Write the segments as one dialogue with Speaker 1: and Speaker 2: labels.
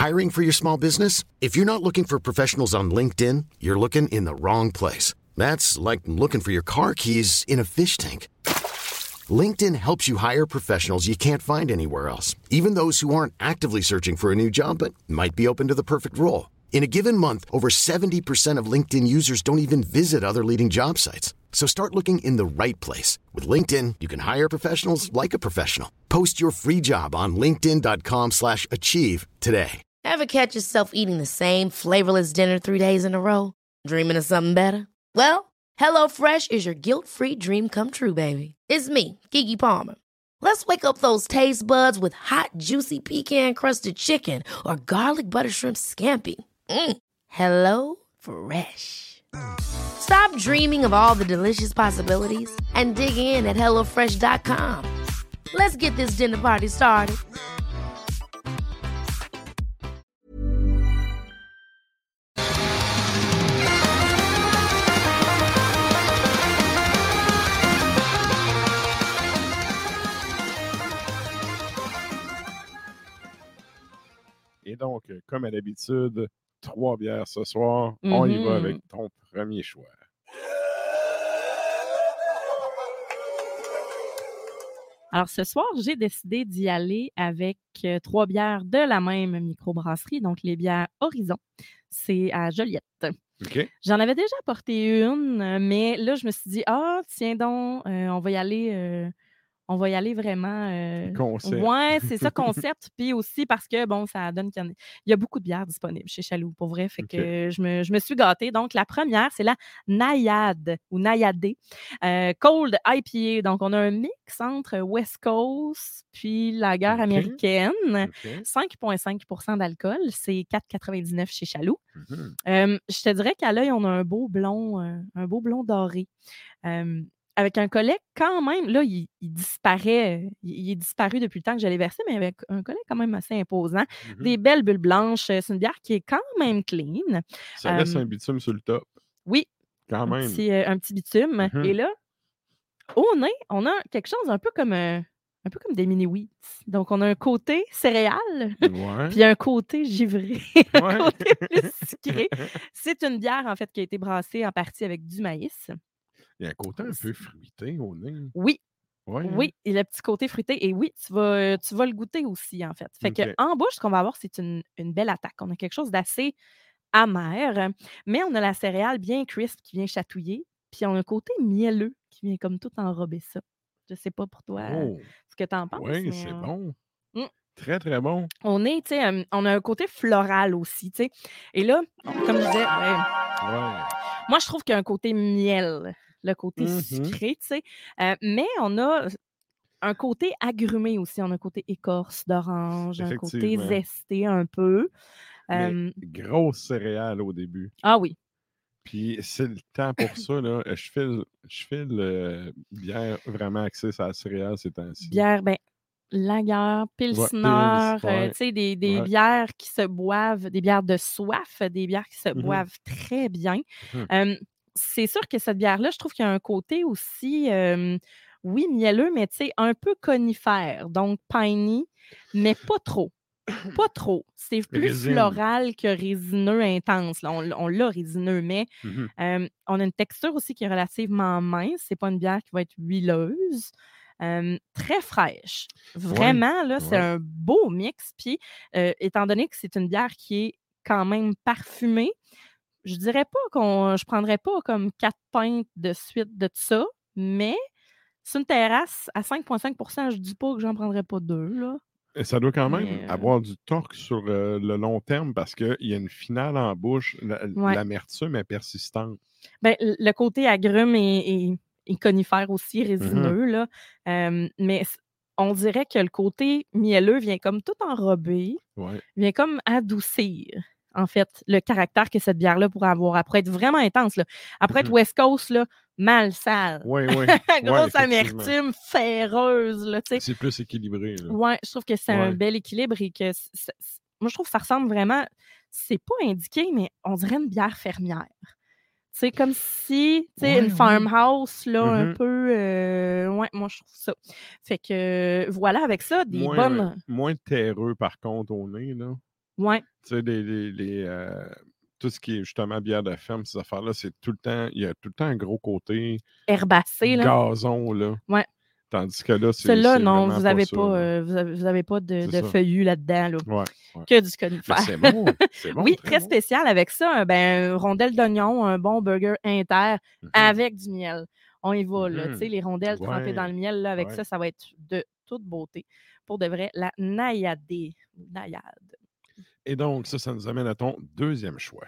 Speaker 1: Hiring for your small business? If you're not looking for professionals on LinkedIn, you're looking in the wrong place. That's like looking for your car keys in a fish tank. LinkedIn helps you hire professionals you can't find anywhere else, even those who aren't actively searching for a new job but might be open to the perfect role. In a given month, over 70% of LinkedIn users don't even visit other leading job sites. So start looking in the right place. With LinkedIn, you can hire professionals like a professional. Post your free job on linkedin.com/achieve today.
Speaker 2: Ever catch yourself eating the same flavorless dinner 3 days in a row? Dreaming of something better? Well, HelloFresh is your guilt-free dream come true, baby. It's me, Keke Palmer. Let's wake up those taste buds with hot, juicy pecan-crusted chicken or garlic butter shrimp scampi. Hello Fresh. Stop dreaming of all the delicious possibilities and dig in at HelloFresh.com. Let's get this dinner party started.
Speaker 3: Et donc, comme à l'habitude, 3 bières ce soir. On y va avec ton premier choix.
Speaker 4: Alors, ce soir, j'ai décidé d'y aller avec 3 bières de la même microbrasserie, donc les bières Horizon. C'est à Joliette.
Speaker 3: OK.
Speaker 4: J'en avais déjà apporté une, mais là, je me suis dit, tiens donc, on va y aller vraiment.
Speaker 3: Concept.
Speaker 4: Ouais, c'est ça, concept. Puis aussi parce que, bon, ça donne qu'il y a beaucoup de bières disponibles chez Chaloux, pour vrai. Fait que je me suis gâtée. Donc, la première, c'est la Nayade ou Nayadé Cold IPA. Donc, on a un mix entre West Coast puis lager américaine. 5,5 % d'alcool. C'est 4,99 chez Chaloux. Je te dirais qu'à l'œil, on a un beau blond doré. Avec un collet quand même, là, il disparaît. Il est disparu depuis le temps que je l'ai versé, mais avec un collet quand même assez imposant. Des belles bulles blanches. C'est une bière qui est quand même clean.
Speaker 3: Ça laisse un bitume sur le top.
Speaker 4: Oui.
Speaker 3: Quand même.
Speaker 4: Un petit bitume. Et là, au nez, on a quelque chose un peu comme des mini-wheats. Donc, on a un côté céréales, puis un côté givré, un côté plus sucré. C'est une bière, en fait, qui a été brassée en partie avec du maïs.
Speaker 3: Il y a un côté un peu fruité au nez.
Speaker 4: Oui.
Speaker 3: Ouais,
Speaker 4: oui, et le petit côté fruité. Et oui, tu vas le goûter aussi, en fait. Fait qu'en bouche, ce qu'on va avoir, c'est une belle attaque. On a quelque chose d'assez amer, mais on a la céréale bien crisp qui vient chatouiller, puis on a un côté mielleux qui vient comme tout enrober ça. Je sais pas pour toi ce que tu en penses.
Speaker 3: Oui, c'est bon. Très, très bon.
Speaker 4: On a un côté floral aussi, tu sais. Et là, comme je disais, moi, je trouve qu'il y a un côté miel, le côté sucré, tu sais. Mais on a un côté agrumé aussi. On a un côté écorce d'orange, un côté zesté un peu.
Speaker 3: Mais grosse céréale au début.
Speaker 4: Ah oui.
Speaker 3: Puis c'est le temps pour ça, là. Je fais bière vraiment axée sur la céréale ces temps-ci.
Speaker 4: Bière, lager, pilsner, tu sais, des bières qui se boivent, des bières de soif, des bières qui se boivent très bien. C'est sûr que cette bière-là, je trouve qu'il y a un côté aussi, oui, mielleux, mais tu sais, un peu conifère, donc piney, mais pas trop. Pas trop. C'est plus floral que résineux intense. Là, on l'a résineux, mais on a une texture aussi qui est relativement mince. C'est pas une bière qui va être huileuse. Très fraîche. Vraiment, là, c'est un beau mix. Puis, étant donné que c'est une bière qui est quand même parfumée, je dirais pas je prendrais pas comme 4 pintes de suite de ça, mais sur une terrasse à 5,5 %, je dis pas que j'en prendrais pas 2, là.
Speaker 3: Et ça doit quand même avoir du torque sur le long terme parce qu'il y a une finale en bouche. L'amertume est persistante.
Speaker 4: Le côté agrume et conifère aussi, résineux, là. Mais on dirait que le côté mielleux vient comme tout enrober, vient comme adoucir, en fait, le caractère que cette bière-là pourrait avoir. Après être vraiment intense, là. Après être West Coast, là, mal sale. Grosse amertume ferreuse, là, tu sais.
Speaker 3: C'est plus équilibré, là.
Speaker 4: Ouais, je trouve que c'est un bel équilibre et que moi, je trouve que ça ressemble vraiment, c'est pas indiqué, mais on dirait une bière fermière. C'est comme si, tu sais, une farmhouse, là, un peu... moi, je trouve ça. Fait que, voilà, avec ça, des bonnes...
Speaker 3: Moins terreux, par contre, au nez, là.
Speaker 4: Ouais.
Speaker 3: Tu sais, tout ce qui est justement bière de ferme, ces affaires-là, c'est tout le temps, il y a tout le temps un gros côté
Speaker 4: herbacé, là.
Speaker 3: Gazon, là.
Speaker 4: Ouais.
Speaker 3: Tandis que là,
Speaker 4: Celle-là,
Speaker 3: c'est
Speaker 4: non,
Speaker 3: vraiment
Speaker 4: vous n'avez
Speaker 3: ça,
Speaker 4: pas, vous avez pas de feuillus là-dedans, là.
Speaker 3: Ouais.
Speaker 4: Que du conifère.
Speaker 3: C'est bon, c'est bon.
Speaker 4: Oui, très spécial avec ça. Un rondelle d'oignon, un bon burger inter avec du miel. On y va, là. Tu sais, les rondelles trempées dans le miel, là, avec ça va être de toute beauté. Pour de vrai, la naïade.
Speaker 3: Et donc, ça nous amène à ton deuxième choix.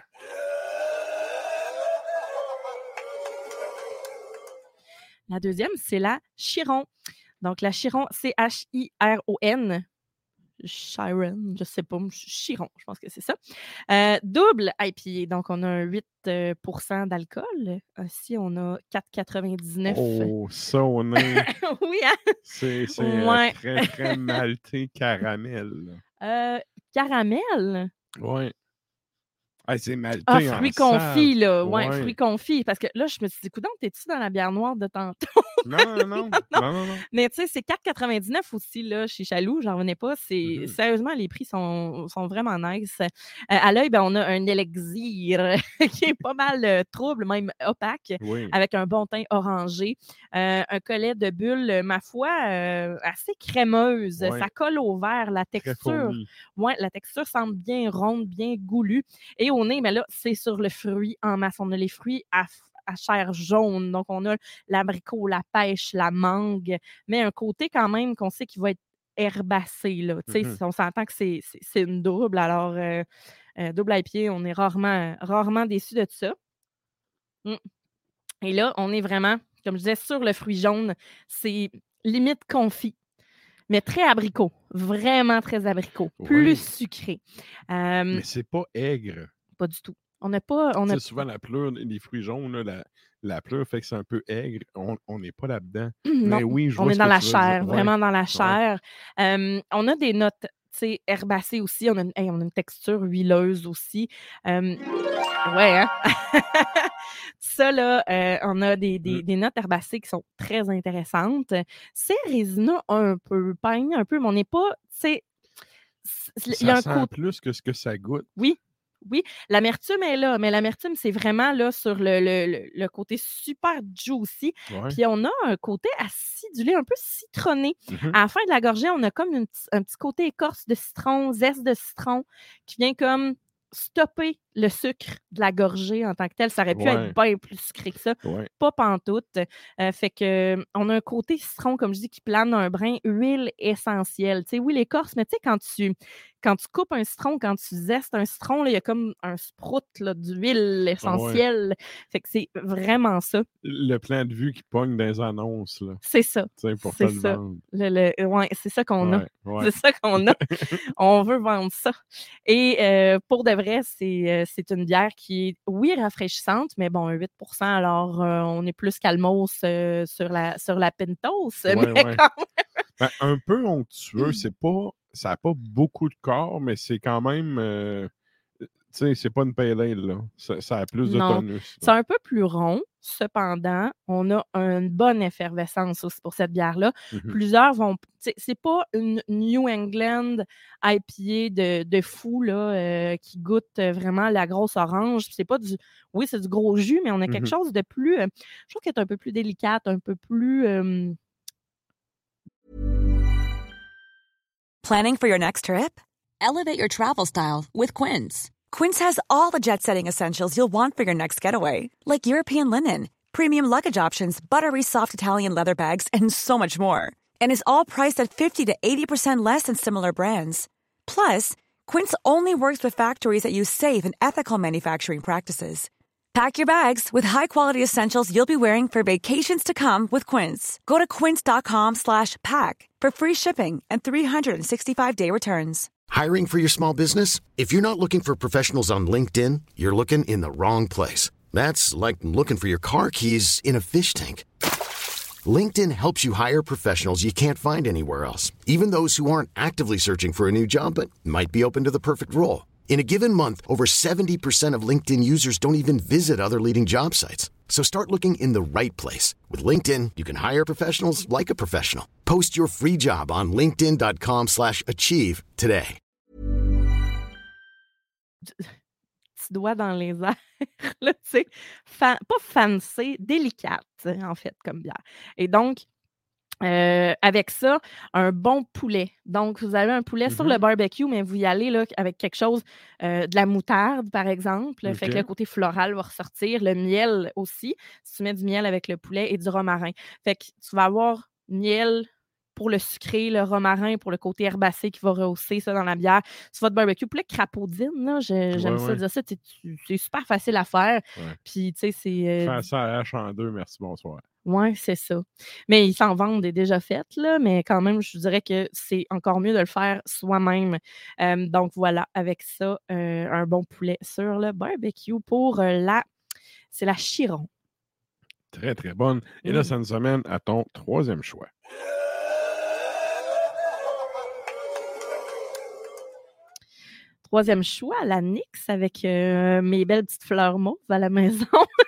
Speaker 4: La deuxième, c'est la Chiron. Donc, la Chiron, C-H-I-R-O-N. Chiron, je sais pas, Chiron, je pense que c'est ça. Double IPA, donc on a un 8% d'alcool. Ici, on a 4,99.
Speaker 3: Oh, ça, on est...
Speaker 4: Oui, hein?
Speaker 3: C'est très, très maltais caramel.
Speaker 4: Caramel?
Speaker 3: Oui. Ah, c'est maltais
Speaker 4: fruits confits, là.
Speaker 3: Ouais,
Speaker 4: fruits confits. Parce que là, je me suis dit, coudonc, t'es-tu dans la bière noire de tantôt?
Speaker 3: Non.
Speaker 4: Mais tu sais, c'est 4,99 aussi, là, chez Chaloux. J'en revenais pas. Sérieusement, les prix sont vraiment nice. À l'œil, on a un élixir qui est pas mal trouble, même opaque, avec un bon teint orangé. Un collet de bulles, ma foi, assez crémeuse. Ça colle au verre. La texture, la texture semble bien ronde, bien goulue. Et au nez, mais là, c'est sur le fruit en masse. On a les fruits à chair jaune. Donc, on a l'abricot, la pêche, la mangue, mais un côté quand même qu'on sait qu'il va être herbacé. Là. On s'entend que c'est une double. Alors, double IPA, on est rarement déçu de ça. Et là, on est vraiment, comme je disais, sur le fruit jaune. C'est limite confit. Mais très abricot. Vraiment très abricot. Plus sucré.
Speaker 3: Mais c'est pas aigre.
Speaker 4: Pas du tout.
Speaker 3: C'est souvent la pleure, les fruits jaunes, là, la pleure fait que c'est un peu aigre. On n'est pas là-dedans.
Speaker 4: Non,
Speaker 3: mais oui,
Speaker 4: on est dans la chair, vraiment dans la chair. On a des notes herbacées aussi. On a une texture huileuse aussi. Hein? Ça, là, on a des notes herbacées qui sont très intéressantes. C'est résineux un peu, peigne un peu, mais on n'est pas, il
Speaker 3: y a un sent plus que ce que ça goûte.
Speaker 4: Oui, l'amertume est là, mais l'amertume, c'est vraiment là sur le côté super juicy. Puis on a un côté acidulé, un peu citronné. À la fin de la gorgée, on a comme un petit côté écorce de citron, zeste de citron, qui vient comme stopper le sucre de la gorgée en tant que tel. Ça aurait pu être bien plus sucré que ça. Pas pantoute. Fait que on a un côté citron, comme je dis, qui plane un brin huile essentielle. Tu sais, oui, l'écorce, mais tu sais, quand tu coupes un citron, quand tu zestes un citron, il y a comme un sprout là, d'huile essentielle. Fait que c'est vraiment ça.
Speaker 3: Le plan de vue qui pogne dans les annonces. Là.
Speaker 4: C'est ça.
Speaker 3: Pour te le vendre.
Speaker 4: C'est ça qu'on a. C'est ça qu'on a. On veut vendre ça. Et pour de vrai, c'est une bière qui est, oui, rafraîchissante, mais bon, 8%, alors on est plus calmos sur la Pintos.
Speaker 3: Un peu onctueux, ça n'a pas beaucoup de corps, mais c'est quand même... tu sais, c'est pas une pale ale, là. Ça a plus de tonus.
Speaker 4: C'est un peu plus rond. Cependant, on a une bonne effervescence aussi pour cette bière-là. Plusieurs vont... C'est pas une New England IPA de fou là, qui goûte vraiment la grosse orange. C'est pas du... Oui, c'est du gros jus, mais on a quelque chose de plus... je trouve qu'elle est un peu plus délicate, un peu plus...
Speaker 5: Planning for your next trip? Elevate your travel style with Quince. Quince has all the jet-setting essentials you'll want for your next getaway, like European linen, premium luggage options, buttery soft Italian leather bags, and so much more. And is all priced at 50 to 80% less than similar brands. Plus, Quince only works with factories that use safe and ethical manufacturing practices. Pack your bags with high-quality essentials you'll be wearing for vacations to come with Quince. Go to quince.com/pack for free shipping and 365-day returns.
Speaker 1: Hiring for your small business? If you're not looking for professionals on LinkedIn, you're looking in the wrong place. That's like looking for your car keys in a fish tank. LinkedIn helps you hire professionals you can't find anywhere else, even those who aren't actively searching for a new job but might be open to the perfect role. In a given month, over 70% of LinkedIn users don't even visit other leading job sites. So start looking in the right place. With LinkedIn, you can hire professionals like a professional. Post your free job on linkedin.com/achieve today.
Speaker 4: petit doigt dans les airs, là, tu sais, pas fancy, délicate, en fait, comme bière. Et donc, avec ça, un bon poulet. Donc, vous avez un poulet sur le barbecue, mais vous y allez là, avec quelque chose, de la moutarde, par exemple. Fait que le côté floral va ressortir. Le miel aussi, si tu mets du miel avec le poulet et du romarin. Fait que tu vas avoir miel pour le sucré, le romarin pour le côté herbacé qui va rehausser ça dans la bière. Sur votre barbecue, poulet crapaudine, là, j'aime ça dire ça. C'est super facile à faire. Puis, tu sais, c'est...
Speaker 3: Faire ça à hache en deux, merci, bonsoir.
Speaker 4: Oui, c'est ça. Mais ils s'en vendent des déjà faites, là, mais quand même, je dirais que c'est encore mieux de le faire soi-même. Donc voilà, avec ça, un bon poulet sur le barbecue pour c'est la Chiron.
Speaker 3: Très, très bonne. Et là, ça nous amène à ton troisième choix.
Speaker 4: Troisième choix, la Nix avec mes belles petites fleurs mauves à la maison.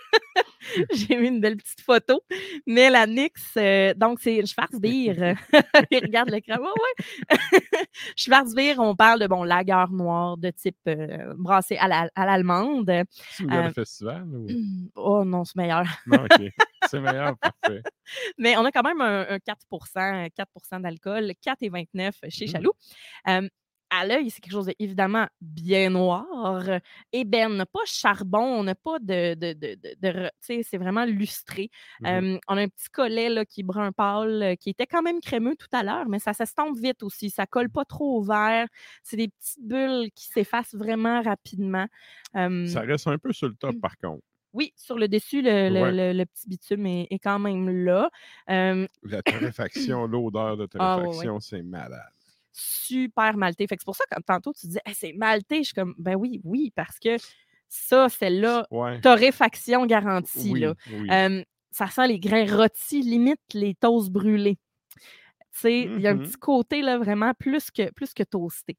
Speaker 4: J'ai mis une belle petite photo. Mais la Nix, donc c'est Schwarzbier. Il regarde l'écran. Ouais. Schwarzbier, on parle de lager noir de type brassé à l'allemande.
Speaker 3: C'est le festival? Ou...
Speaker 4: Oh non, c'est meilleur.
Speaker 3: Non, OK. C'est meilleur, parfait.
Speaker 4: Mais on a quand même un 4% d'alcool, 4,29 chez Chaloux. À l'œil, c'est quelque chose d'évidemment bien noir. Ébène, pas charbon, on n'a pas de tu sais, c'est vraiment lustré. On a un petit collet là, qui est brun pâle, qui était quand même crémeux tout à l'heure, mais ça s'estompe vite aussi. Ça colle pas trop au verre. C'est des petites bulles qui s'effacent vraiment rapidement.
Speaker 3: Ça reste un peu sur le top, par contre.
Speaker 4: Oui, sur le dessus, le petit bitume est quand même là.
Speaker 3: La torréfaction, l'odeur de torréfaction, c'est malade.
Speaker 4: Super malté. Fait que c'est pour ça que tantôt, tu disais hey, c'est malté. Je suis comme, ben oui, parce que ça, celle-là, torréfaction garantie.
Speaker 3: Oui,
Speaker 4: là.
Speaker 3: Oui.
Speaker 4: Ça sent les grains rôtis, limite les toasts brûlés. Tu sais, il y a un petit côté là, vraiment plus que toasté.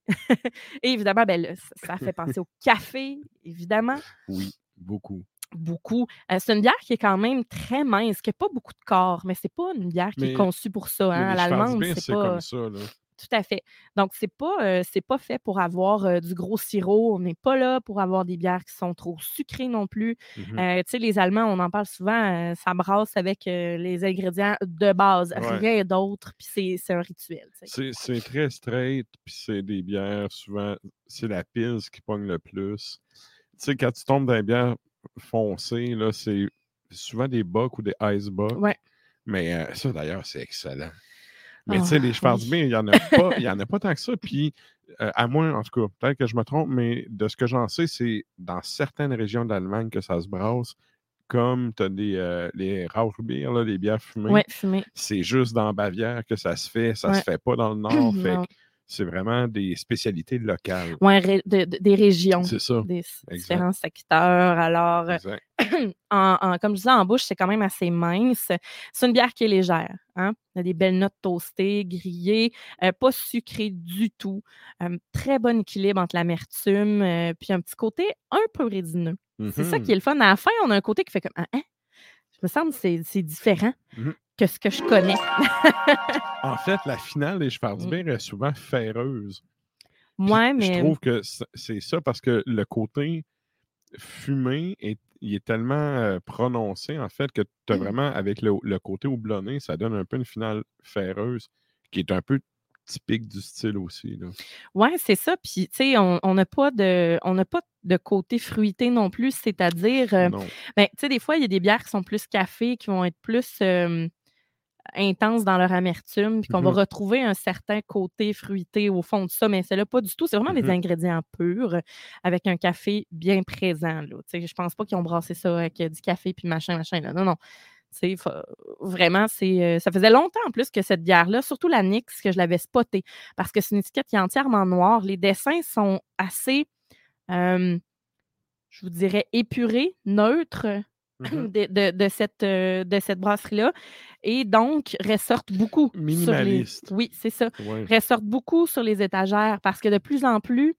Speaker 4: Et évidemment, ben, là, ça fait penser au café, évidemment.
Speaker 3: Oui, beaucoup.
Speaker 4: Beaucoup. C'est une bière qui est quand même très mince, qui n'a pas beaucoup de corps, mais c'est pas une bière qui est conçue pour ça. Hein? À l'allemande, c'est pas...
Speaker 3: comme ça, là.
Speaker 4: Tout à fait. Donc, c'est pas fait pour avoir du gros sirop. On n'est pas là pour avoir des bières qui sont trop sucrées non plus. Tu sais, les Allemands, on en parle souvent, ça brasse avec les ingrédients de base, rien d'autre, puis c'est un rituel.
Speaker 3: C'est très straight, puis c'est des bières, souvent, c'est la pils qui pogne le plus. Tu sais, quand tu tombes dans les bières foncées, là, c'est souvent des bock ou des ice bock.
Speaker 4: Ouais.
Speaker 3: Mais ça, d'ailleurs, c'est excellent. Mais tu sais, les Schwarzbier, il n'y en a pas tant que ça. Puis, à moins, en tout cas, peut-être que je me trompe, mais de ce que j'en sais, c'est dans certaines régions d'Allemagne que ça se brasse. Comme tu as les Rauchbier, là, les bières fumées.
Speaker 4: Oui, fumées.
Speaker 3: C'est juste dans Bavière que ça se fait. Ça se fait pas dans le Nord. Fait que c'est vraiment des spécialités locales.
Speaker 4: Oui, des régions.
Speaker 3: C'est ça.
Speaker 4: Des différents secteurs. Alors, comme je disais, en bouche, c'est quand même assez mince. C'est une bière qui est légère. Hein? Il y a des belles notes toastées, grillées, pas sucrées du tout. Très bon équilibre entre l'amertume, puis un petit côté un peu résineux. C'est ça qui est le fun. À la fin, on a un côté qui fait comme je me semble que c'est différent que ce que je connais.
Speaker 3: En fait, la finale des Schwarzbier est souvent ferreuse.
Speaker 4: Ouais, mais...
Speaker 3: Je trouve que c'est ça parce que le côté fumé il est tellement prononcé, en fait, que tu as vraiment, avec le côté houblonné, ça donne un peu une finale ferreuse qui est un peu typique du style aussi.
Speaker 4: Oui, c'est ça. Puis, tu sais, on n'a pas de côté fruité non plus, c'est-à-dire, ben, tu sais, des fois, il y a des bières qui sont plus café, qui vont être plus intenses dans leur amertume, puis qu'on va retrouver un certain côté fruité au fond de ça, mais celle-là, pas du tout. C'est vraiment des ingrédients purs avec un café bien présent. Là. Tu sais, je pense pas qu'ils ont brassé ça avec du café puis machin. Là. Non. Vraiment, ça faisait longtemps en plus que cette bière-là, surtout la Nix, que je l'avais spotée, parce que c'est une étiquette qui est entièrement noire. Les dessins sont assez, je vous dirais, épurés, neutres de cette brasserie-là, et donc ressortent beaucoup.
Speaker 3: Minimaliste.
Speaker 4: Oui, c'est ça. Ouais. Ressortent beaucoup sur les étagères, parce que de plus en plus,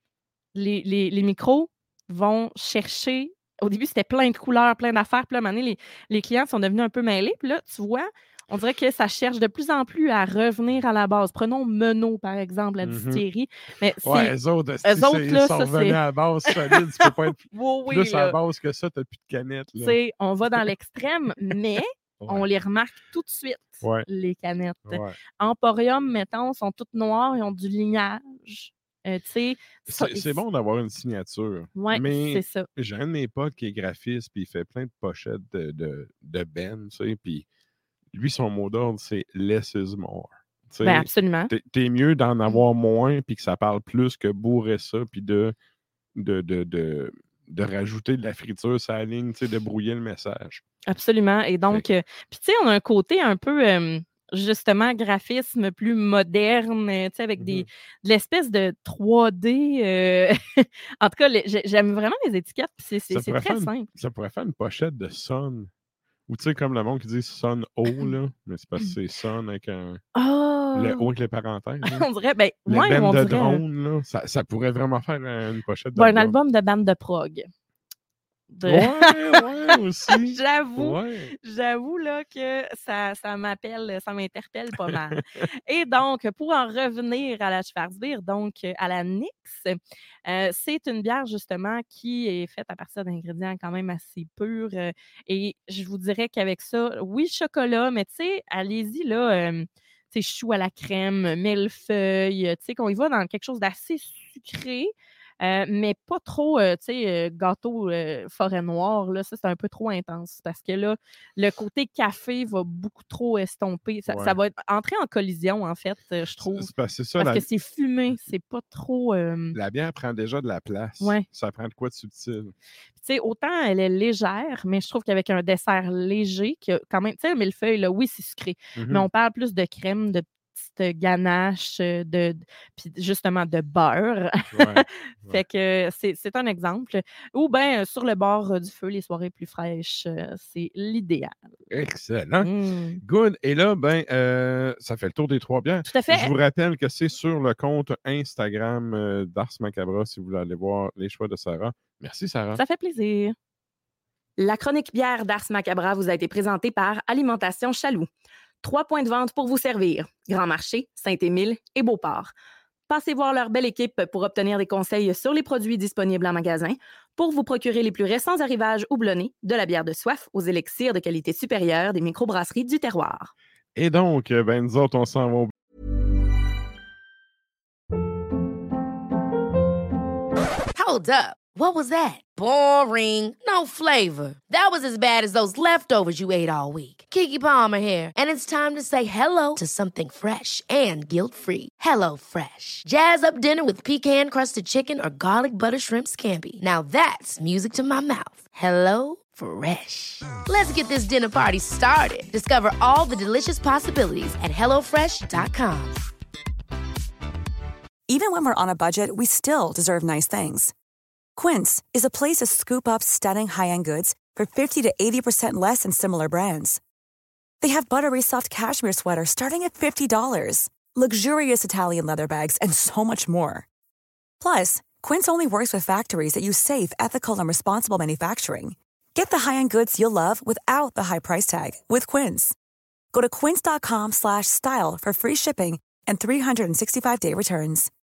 Speaker 4: les micros vont chercher. Au début, c'était plein de couleurs, plein d'affaires. Puis là, à un moment donné, les clients sont devenus un peu mêlés. Puis là, tu vois, On dirait que ça cherche de plus en plus à revenir à la base. Prenons Menot, par exemple, la distillerie. Mais
Speaker 3: eux autres,
Speaker 4: là,
Speaker 3: ça revenait à la base solide. Tu peux pas être plus à la base que ça, t'as plus de canettes.
Speaker 4: On va dans l'extrême, mais on les remarque tout de suite, les canettes. Emporium, mettons, sont toutes noires, ils ont du lignage.
Speaker 3: C'est bon d'avoir une signature. Mais
Speaker 4: c'est ça.
Speaker 3: J'ai un de mes potes qui est graphiste, puis il fait plein de pochettes de Ben, tu sais, puis lui, son mot d'ordre, c'est « less is more ».
Speaker 4: Absolument.
Speaker 3: T'es mieux d'en avoir moins, puis que ça parle plus que bourrer ça, puis de rajouter de la friture sur la ligne, de brouiller le message.
Speaker 4: Absolument. Et donc, puis tu sais, on a un côté un peu... justement, graphisme plus moderne, avec de l'espèce de 3D. En tout cas, j'aime vraiment les étiquettes, c'est très simple.
Speaker 3: Ça pourrait faire une pochette de Sun. Ou tu sais, comme le monde qui dit Sun O, là, mais c'est parce que c'est Sun avec un... Le O avec les parenthèses.
Speaker 4: On dirait,
Speaker 3: le band de drone, là, ça pourrait vraiment faire une pochette de
Speaker 4: un album de bande de prog.
Speaker 3: Ouais, aussi.
Speaker 4: J'avoue là, que ça m'interpelle pas mal. Et donc, pour en revenir à la Schwarzbier, donc à la Nix, c'est une bière justement qui est faite à partir d'ingrédients quand même assez purs. Et je vous dirais qu'avec ça, oui, chocolat, mais tu sais, allez-y là, chou à la crème, millefeuille, qu'on y va dans quelque chose d'assez sucré. Mais pas trop, gâteau forêt noire, là, ça, c'est un peu trop intense parce que là, le côté café va beaucoup trop estomper. Ça va entrer en collision, en fait, je trouve. Parce que c'est fumé, c'est pas trop...
Speaker 3: La bière prend déjà de la place. Ça prend de quoi de subtil.
Speaker 4: Autant elle est légère, mais je trouve qu'avec un dessert léger, que quand même, tu sais, le millefeuille, là, oui, c'est sucré, mais on parle plus de crème, de petite ganache, puis justement de beurre. Fait que c'est un exemple. Ou bien, sur le bord du feu, les soirées plus fraîches, c'est l'idéal.
Speaker 3: Excellent. Good. Et là, ça fait le tour des 3 bières.
Speaker 4: Tout à fait.
Speaker 3: Je vous rappelle que c'est sur le compte Instagram d'Ars Macabra si vous voulez aller voir les choix de Sarah. Merci, Sarah.
Speaker 4: Ça fait plaisir.
Speaker 6: La chronique bière d'Ars Macabra vous a été présentée par Alimentation Chaloux. 3 points de vente pour vous servir. Grand Marché, Saint-Émile et Beauport. Passez voir leur belle équipe pour obtenir des conseils sur les produits disponibles en magasin, pour vous procurer les plus récents arrivages houblonnés, de la bière de soif aux élixirs de qualité supérieure des microbrasseries du terroir.
Speaker 3: Et donc, nous autres, on s'en va.
Speaker 2: Hold up. What was that? Boring. No flavor. That was as bad as those leftovers you ate all week. Keke Palmer here, and it's time to say hello to something fresh and guilt-free. Hello Fresh. Jazz up dinner with pecan-crusted chicken or garlic butter shrimp scampi. Now that's music to my mouth. Hello Fresh. Let's get this dinner party started. Discover all the delicious possibilities at HelloFresh.com.
Speaker 5: Even when we're on a budget, we still deserve nice things. Quince is a place to scoop up stunning high-end goods for 50 to 80% less than similar brands. They have buttery soft cashmere sweaters starting at $50, luxurious Italian leather bags, and so much more. Plus, Quince only works with factories that use safe, ethical, and responsible manufacturing. Get the high-end goods you'll love without the high price tag with Quince. Go to quince.com/style for free shipping and 365-day returns.